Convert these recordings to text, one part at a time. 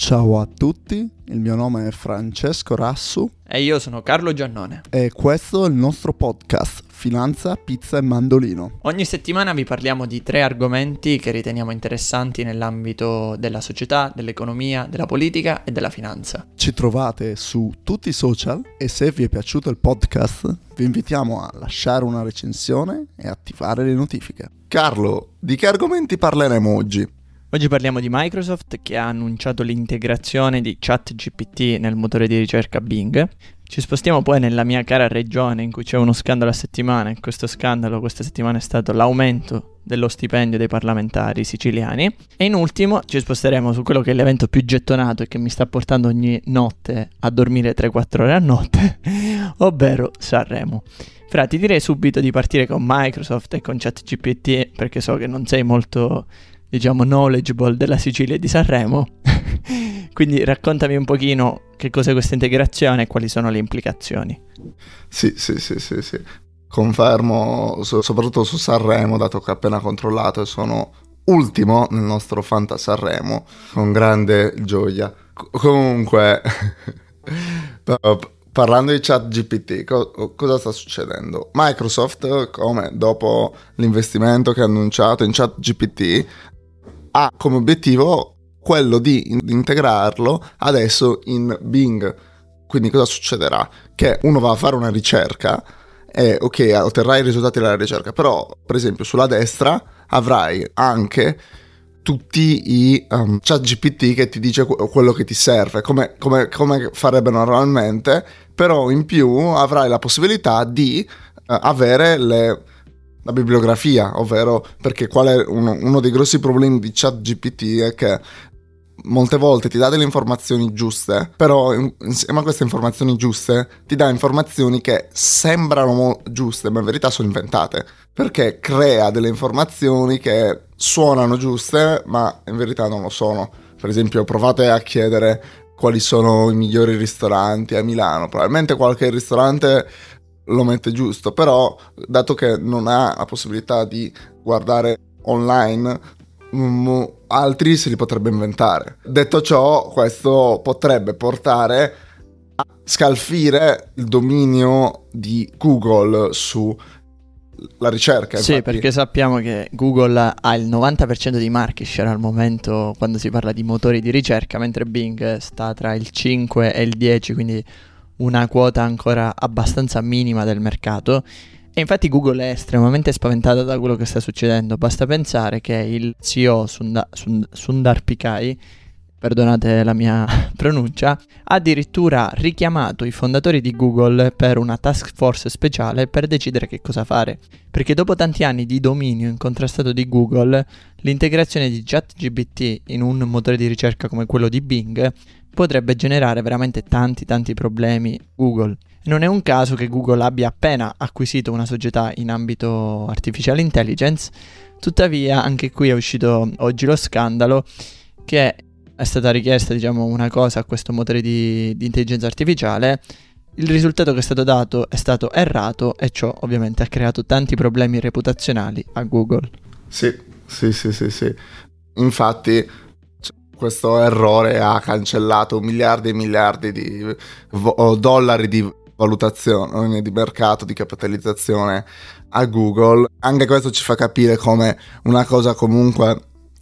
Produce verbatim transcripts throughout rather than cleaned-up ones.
Ciao a tutti, il mio nome è Francesco Rassu e io sono Carlo Giannone e questo è il nostro podcast Finanza, Pizza e Mandolino. Ogni settimana vi parliamo di tre argomenti che riteniamo interessanti nell'ambito della società, dell'economia, della politica e della finanza. Ci trovate su tutti i social e se vi è piaciuto il podcast vi invitiamo a lasciare una recensione e attivare le notifiche. Carlo, di che argomenti parleremo oggi? Oggi parliamo di Microsoft che ha annunciato l'integrazione di ChatGPT nel motore di ricerca Bing. Ci spostiamo poi nella mia cara regione in cui c'è uno scandalo a settimana e questo scandalo questa settimana è stato l'aumento dello stipendio dei parlamentari siciliani. E in ultimo ci sposteremo su quello che è l'evento più gettonato e che mi sta portando ogni notte a dormire tre quattro ore a notte, ovvero Sanremo. Fra, ti direi subito di partire con Microsoft e con ChatGPT perché so che non sei molto, diciamo, knowledgeable della Sicilia e di Sanremo. Quindi raccontami un pochino che cos'è questa integrazione e quali sono le implicazioni. Sì, sì, sì, sì, sì. Confermo, so- soprattutto su Sanremo, dato che ho appena controllato e sono ultimo nel nostro Fanta Sanremo, con grande gioia. C- comunque, parlando di ChatGPT, co- cosa sta succedendo? Microsoft, come dopo l'investimento che ha annunciato in ChatGPT, ha come obiettivo quello di in- integrarlo adesso in Bing. Quindi cosa succederà? Che uno va a fare una ricerca e ok, otterrai i risultati della ricerca, però per esempio sulla destra avrai anche tutti i um, ChatGPT che ti dice que- quello che ti serve, come, come, come farebbe normalmente, però in più avrai la possibilità di uh, avere le... la bibliografia, ovvero perché qual è uno, uno dei grossi problemi di ChatGPT è che molte volte ti dà delle informazioni giuste, però insieme a queste informazioni giuste ti dà informazioni che sembrano giuste ma in verità sono inventate, perché crea delle informazioni che suonano giuste ma in verità non lo sono. Per esempio provate a chiedere quali sono i migliori ristoranti a Milano, probabilmente qualche ristorante lo mette giusto, però dato che non ha la possibilità di guardare online, um, altri se li potrebbe inventare. Detto ciò, questo potrebbe portare a scalfire il dominio di Google su la ricerca. Sì, infatti. perché sappiamo che Google ha il novanta per cento di market share al momento quando si parla di motori di ricerca, mentre Bing sta tra il cinque e il dieci, quindi una quota ancora abbastanza minima del mercato. E infatti Google è estremamente spaventata da quello che sta succedendo. Basta pensare che il C E O Sunda- Sund- Sundar Pichai, perdonate la mia pronuncia, ha addirittura richiamato i fondatori di Google per una task force speciale per decidere che cosa fare. Perché dopo tanti anni di dominio incontrastato di Google, l'integrazione di ChatGPT in un motore di ricerca come quello di Bing potrebbe generare veramente tanti tanti problemi Google. Non è un caso che Google abbia appena acquisito una società in ambito artificial intelligence, tuttavia anche qui è uscito oggi lo scandalo che è stata richiesta, diciamo, una cosa a questo motore di, di intelligenza artificiale. Il risultato che è stato dato è stato errato e ciò ovviamente ha creato tanti problemi reputazionali a Google. Sì, sì, sì, sì, sì. Infatti questo errore ha cancellato miliardi e miliardi di vo- dollari di valutazione di mercato, di capitalizzazione a Google. Anche questo ci fa capire come una cosa comunque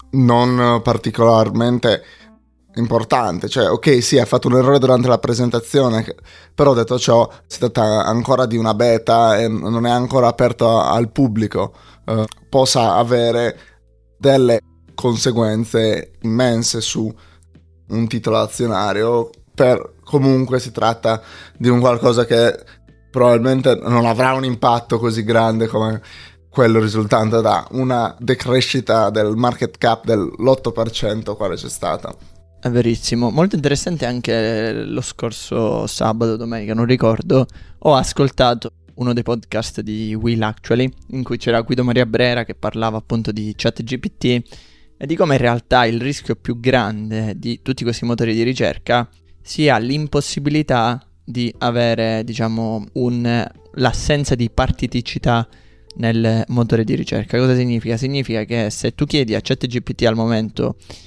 non particolarmente importante, cioè ok sì ha fatto un errore durante la presentazione, però detto ciò si tratta ancora di una beta e non è ancora aperto al pubblico, eh, possa avere delle conseguenze immense su un titolo azionario. Per comunque si tratta di un qualcosa che probabilmente non avrà un impatto così grande come quello risultante da una decrescita del market cap dell'otto per cento quale c'è stata. È verissimo, molto interessante anche lo scorso sabato, domenica, non ricordo, ho ascoltato uno dei podcast di Will Actually in cui c'era Guido Maria Brera che parlava appunto di ChatGPT e di come in realtà il rischio più grande di tutti questi motori di ricerca sia l'impossibilità di avere, diciamo, un, l'assenza di partiticità nel motore di ricerca. Cosa significa? Significa che se tu chiedi a ChatGPT al momento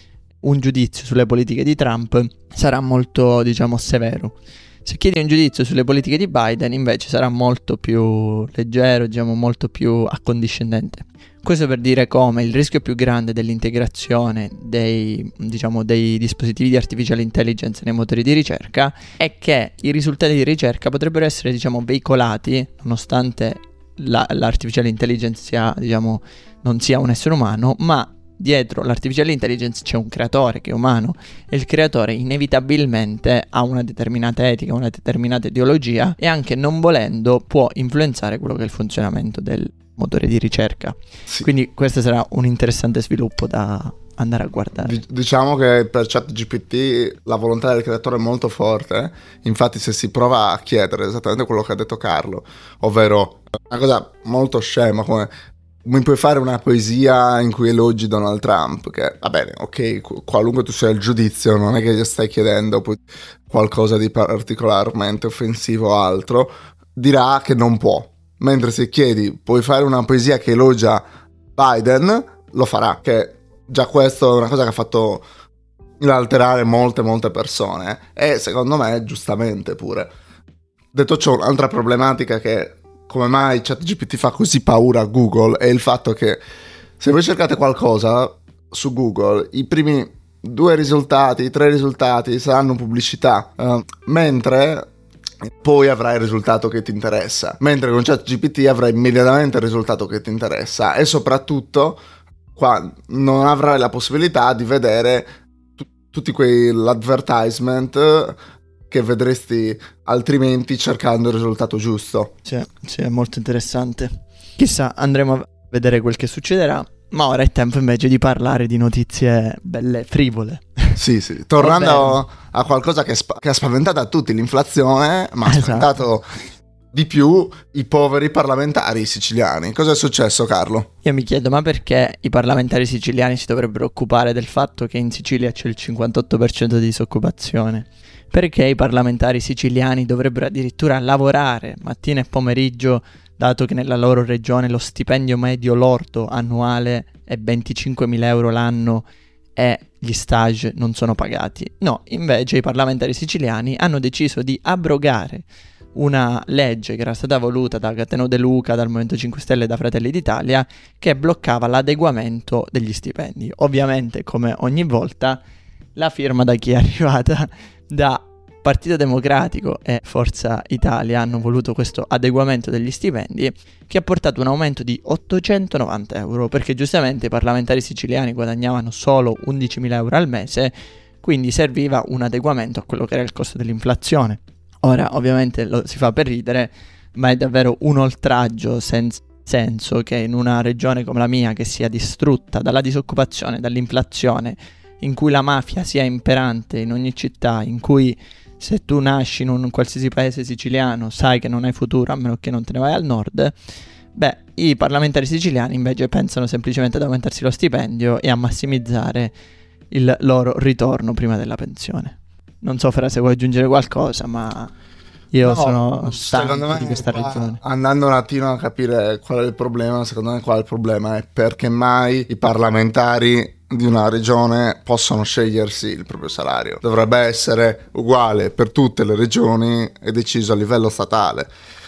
un giudizio sulle politiche di Trump sarà molto, diciamo, severo. Se chiedi un giudizio sulle politiche di Biden invece sarà molto più leggero, diciamo molto più accondiscendente. Questo per dire come il rischio più grande dell'integrazione dei, diciamo, dei dispositivi di artificial intelligence nei motori di ricerca è che i risultati di ricerca potrebbero essere, diciamo, veicolati, nonostante la, l'artificial intelligence sia, diciamo, non sia un essere umano, ma dietro l'artificial intelligence c'è un creatore che è umano e il creatore inevitabilmente ha una determinata etica, una determinata ideologia e anche non volendo può influenzare quello che è il funzionamento del motore di ricerca. Sì. Quindi questo sarà un interessante sviluppo da andare a guardare. D- diciamo che per ChatGPT la volontà del creatore è molto forte, infatti se si prova a chiedere esattamente quello che ha detto Carlo, ovvero una cosa molto scema come mi puoi fare una poesia in cui elogi Donald Trump, che va bene, ok, qualunque tu sia il giudizio, non è che gli stai chiedendo qualcosa di particolarmente offensivo o altro, dirà che non può. Mentre se chiedi, puoi fare una poesia che elogia Biden, lo farà, che già questo è una cosa che ha fatto inalterare molte molte persone, e secondo me giustamente pure. Detto ciò, un'altra problematica che come mai ChatGPT fa così paura a Google è il fatto che se voi cercate qualcosa su Google, i primi due risultati, tre risultati saranno pubblicità, uh, mentre poi avrai il risultato che ti interessa, mentre con ChatGPT avrai immediatamente il risultato che ti interessa e soprattutto qua non avrai la possibilità di vedere t- tutti quei l'advertisement che vedresti altrimenti cercando il risultato giusto. Sì, sì, è molto interessante. Chissà, andremo a vedere quel che succederà, ma ora è tempo invece di parlare di notizie belle frivole. Sì, sì, tornando a qualcosa che, sp- che ha spaventato a tutti, l'inflazione, ma ha esatto. spaventato di più i poveri parlamentari siciliani. Cosa è successo, Carlo? Io mi chiedo, ma perché i parlamentari siciliani si dovrebbero occupare del fatto che in Sicilia c'è il cinquantotto per cento di disoccupazione? Perché i parlamentari siciliani dovrebbero addirittura lavorare mattina e pomeriggio, dato che nella loro regione lo stipendio medio lordo annuale è venticinquemila euro l'anno e gli stage non sono pagati? No, invece i parlamentari siciliani hanno deciso di abrogare una legge che era stata voluta da Cateno De Luca, dal Movimento cinque Stelle e da Fratelli d'Italia, che bloccava l'adeguamento degli stipendi. Ovviamente, come ogni volta, la firma da chi è arrivata? Da Partito Democratico e Forza Italia hanno voluto questo adeguamento degli stipendi, che ha portato un aumento di ottocentonovanta euro, perché giustamente i parlamentari siciliani guadagnavano solo undicimila euro al mese, quindi serviva un adeguamento a quello che era il costo dell'inflazione. Ora ovviamente lo si fa per ridere, ma è davvero un oltraggio senza senso che in una regione come la mia, che sia distrutta dalla disoccupazione, dall'inflazione, in cui la mafia sia imperante in ogni città, in cui se tu nasci in un qualsiasi paese siciliano sai che non hai futuro a meno che non te ne vai al nord, beh, i parlamentari siciliani invece pensano semplicemente ad aumentarsi lo stipendio e a massimizzare il loro ritorno prima della pensione. Non so, Fra, se vuoi aggiungere qualcosa, ma io no, sono stanco di questa qua, regione. Andando un attimo a capire qual è il problema, secondo me qual è il problema è perché mai i parlamentari di una regione possono scegliersi il proprio salario. Dovrebbe essere uguale per tutte le regioni e deciso a livello statale,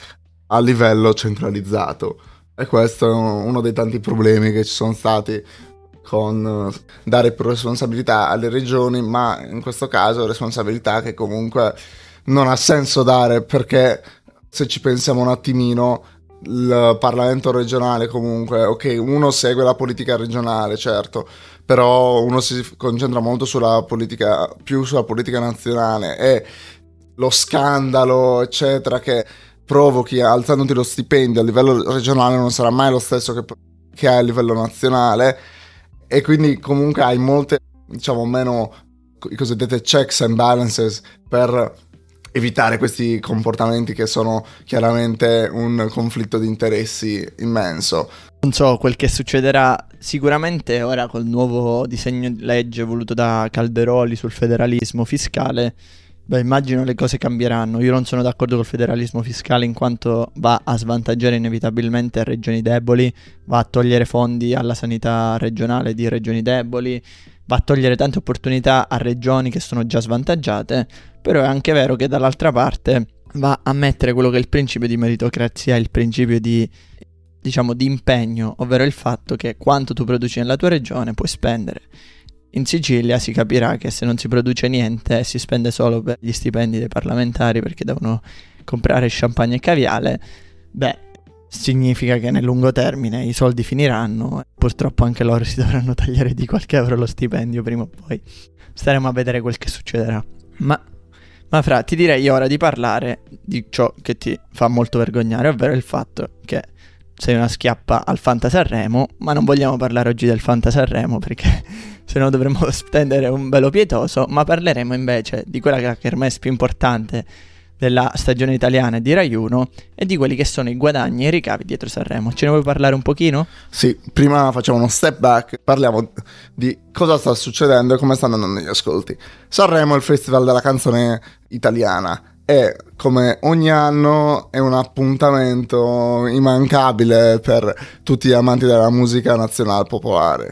a livello centralizzato. E questo è uno dei tanti problemi che ci sono stati con dare più responsabilità alle regioni, ma in questo caso responsabilità che comunque non ha senso dare, perché se ci pensiamo un attimino il Parlamento regionale comunque, ok, uno segue la politica regionale, certo, però uno si concentra molto sulla politica, più sulla politica nazionale, e lo scandalo eccetera che provochi alzandoti lo stipendio a livello regionale non sarà mai lo stesso che, che hai a livello nazionale, e quindi comunque hai molte, diciamo, meno i cosiddetti checks and balances per evitare questi comportamenti che sono chiaramente un conflitto di interessi immenso. Non so quel che succederà sicuramente ora col nuovo disegno di legge voluto da Calderoli sul federalismo fiscale. Beh, immagino le cose cambieranno. Io non sono d'accordo col federalismo fiscale in quanto va a svantaggiare inevitabilmente regioni deboli, va a togliere fondi alla sanità regionale di regioni deboli, va a togliere tante opportunità a regioni che sono già svantaggiate, però è anche vero che dall'altra parte va a mettere quello che è il principio di meritocrazia, il principio di, diciamo, di impegno, ovvero il fatto che quanto tu produci nella tua regione puoi spendere. In Sicilia si capirà che se non si produce niente e si spende solo per gli stipendi dei parlamentari perché devono comprare champagne e caviale, beh, significa che nel lungo termine i soldi finiranno e purtroppo anche loro si dovranno tagliare di qualche euro lo stipendio prima o poi. Staremo a vedere quel che succederà. Ma, ma Fra, ti direi ora di parlare di ciò che ti fa molto vergognare, ovvero il fatto che sei una schiappa al Fanta Sanremo, ma non vogliamo parlare oggi del Fanta Sanremo perché se no dovremmo spendere un velo pietoso, ma parleremo invece di quella che è la kermesse più importante della stagione italiana di Rai uno e di quelli che sono i guadagni e i ricavi dietro Sanremo. Ce ne vuoi parlare un pochino? Sì, prima facciamo uno step back, parliamo di cosa sta succedendo e come stanno andando gli ascolti. Sanremo è il festival della canzone italiana e come ogni anno è un appuntamento immancabile per tutti gli amanti della musica nazionale popolare.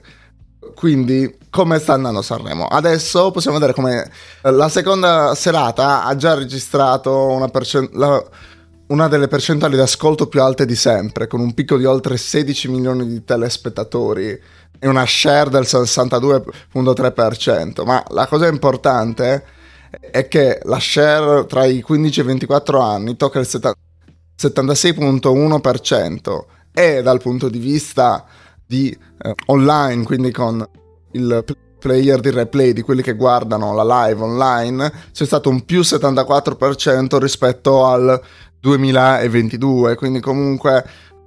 Quindi come sta andando Sanremo? Adesso possiamo vedere come la seconda serata ha già registrato una, percent- la, una delle percentuali di ascolto più alte di sempre, con un picco di oltre sedici milioni di telespettatori e una share del sessantadue virgola tre per cento. Ma la cosa importante è che la share tra i quindici e i ventiquattro anni tocca il settantasei virgola uno per cento e dal punto di vista di eh, online, quindi con il player di replay di quelli che guardano la live online, c'è stato un più settantaquattro per cento rispetto al duemilaventidue, quindi comunque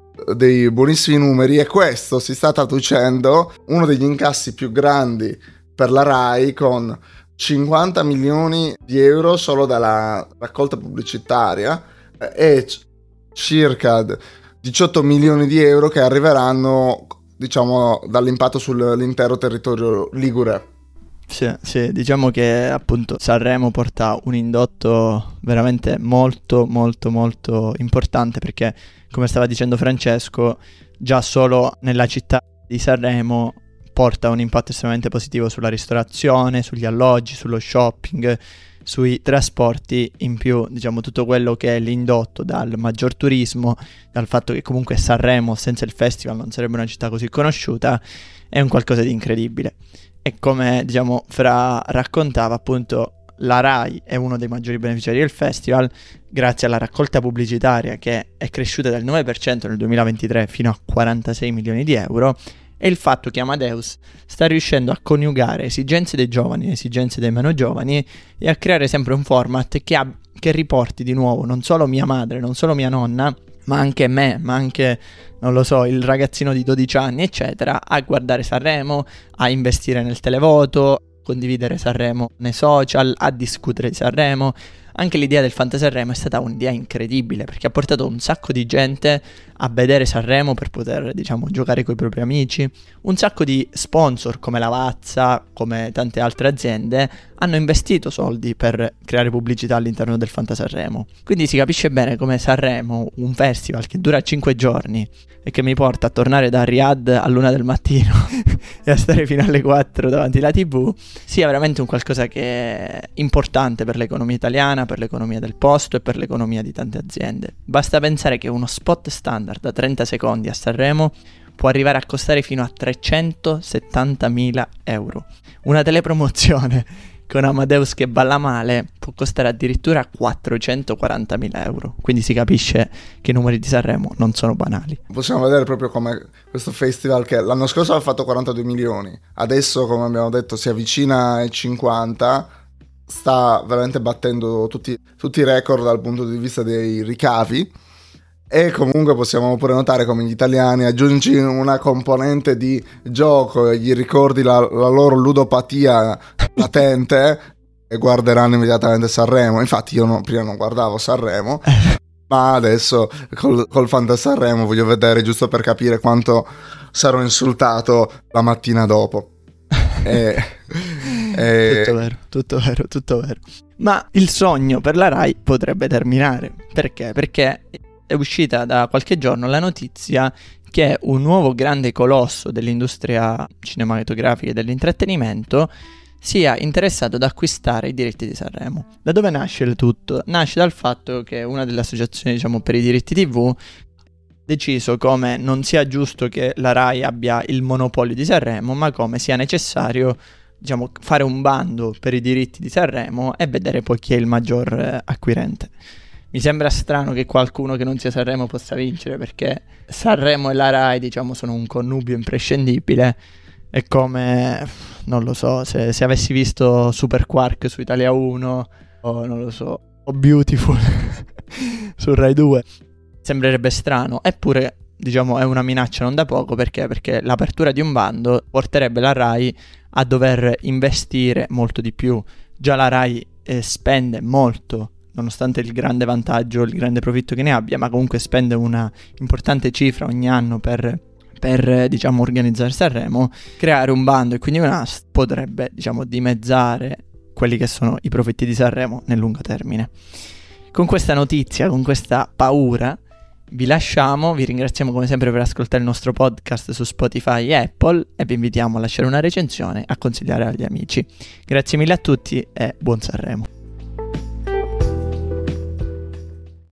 dei buonissimi numeri, e questo si sta traducendo uno degli incassi più grandi per la Rai, con cinquanta milioni di euro solo dalla raccolta pubblicitaria e c- circa diciotto milioni di euro che arriveranno, diciamo, dall'impatto sull'intero territorio ligure. Sì, sì, diciamo che appunto Sanremo porta un indotto veramente molto molto molto importante, perché come stava dicendo Francesco, già solo nella città di Sanremo porta un impatto estremamente positivo sulla ristorazione, sugli alloggi, sullo shopping, sui trasporti. In più, diciamo, tutto quello che è l'indotto dal maggior turismo, dal fatto che comunque Sanremo senza il festival non sarebbe una città così conosciuta, è un qualcosa di incredibile. E come, diciamo, Fra raccontava, appunto, la Rai è uno dei maggiori beneficiari del festival grazie alla raccolta pubblicitaria che è cresciuta del nove per cento nel duemilaventitré fino a quarantasei milioni di euro, e il fatto che Amadeus sta riuscendo a coniugare esigenze dei giovani e esigenze dei meno giovani e a creare sempre un format che, ha, che riporti di nuovo non solo mia madre, non solo mia nonna, ma anche me, ma anche, non lo so, il ragazzino di dodici anni, eccetera, a guardare Sanremo, a investire nel televoto, condividere Sanremo nei social, a discutere di Sanremo. Anche l'idea del Fanta Sanremo è stata un'idea incredibile, perché ha portato un sacco di gente a vedere Sanremo per poter, diciamo, giocare con i propri amici. Un sacco di sponsor come Lavazza, come tante altre aziende, hanno investito soldi per creare pubblicità all'interno del Fanta Sanremo. Quindi si capisce bene come Sanremo, un festival che dura cinque giorni e che mi porta a tornare da Riyadh a luna del mattino e a stare fino alle quattro davanti alla tivù, sia veramente un qualcosa che è importante per l'economia italiana, per l'economia del posto e per l'economia di tante aziende. Basta pensare che uno spot standard da trenta secondi a Sanremo può arrivare a costare fino a trecentosettantamila euro. Una telepromozione con Amadeus che balla male può costare addirittura quattrocentoquarantamila euro. Quindi si capisce che i numeri di Sanremo non sono banali. Possiamo vedere proprio come questo festival, che l'anno scorso aveva fatto quarantadue milioni, adesso, come abbiamo detto, si avvicina ai cinquanta, sta veramente battendo tutti, tutti i record dal punto di vista dei ricavi. E comunque possiamo pure notare come gli italiani, aggiungi una componente di gioco e gli ricordi la, la loro ludopatia latente e guarderanno immediatamente Sanremo. Infatti io no, prima non guardavo Sanremo, ma adesso col, col Fanta Sanremo voglio vedere, giusto per capire quanto sarò insultato la mattina dopo. e, e... Tutto vero, tutto vero, tutto vero. Ma il sogno per la Rai potrebbe terminare. Perché? Perché è uscita da qualche giorno la notizia che un nuovo grande colosso dell'industria cinematografica e dell'intrattenimento sia interessato ad acquistare i diritti di Sanremo. Da dove nasce il tutto? Nasce dal fatto che una delle associazioni, diciamo, per i diritti tivù ha deciso come non sia giusto che la Rai abbia il monopolio di Sanremo, ma come sia necessario, diciamo, fare un bando per i diritti di Sanremo e vedere poi chi è il maggior eh, acquirente. Mi sembra strano che qualcuno che non sia Sanremo possa vincere, perché Sanremo e la Rai, diciamo, sono un connubio imprescindibile. È come, non lo so, se, se avessi visto Super Quark su Italia uno, o non lo so, o Beautiful su Rai due, sembrerebbe strano. Eppure, diciamo, è una minaccia non da poco, perché? Perché l'apertura di un bando porterebbe la Rai a dover investire molto di più. Già la Rai eh, spende molto, nonostante il grande vantaggio, il grande profitto che ne abbia, ma comunque spende una importante cifra ogni anno per, per diciamo, organizzare Sanremo. Creare un bando e quindi una asta potrebbe, diciamo, dimezzare quelli che sono i profitti di Sanremo nel lungo termine. Con questa notizia, con questa paura, vi lasciamo, vi ringraziamo come sempre per ascoltare il nostro podcast su Spotify e Apple e vi invitiamo a lasciare una recensione e a consigliare agli amici. Grazie mille a tutti e buon Sanremo.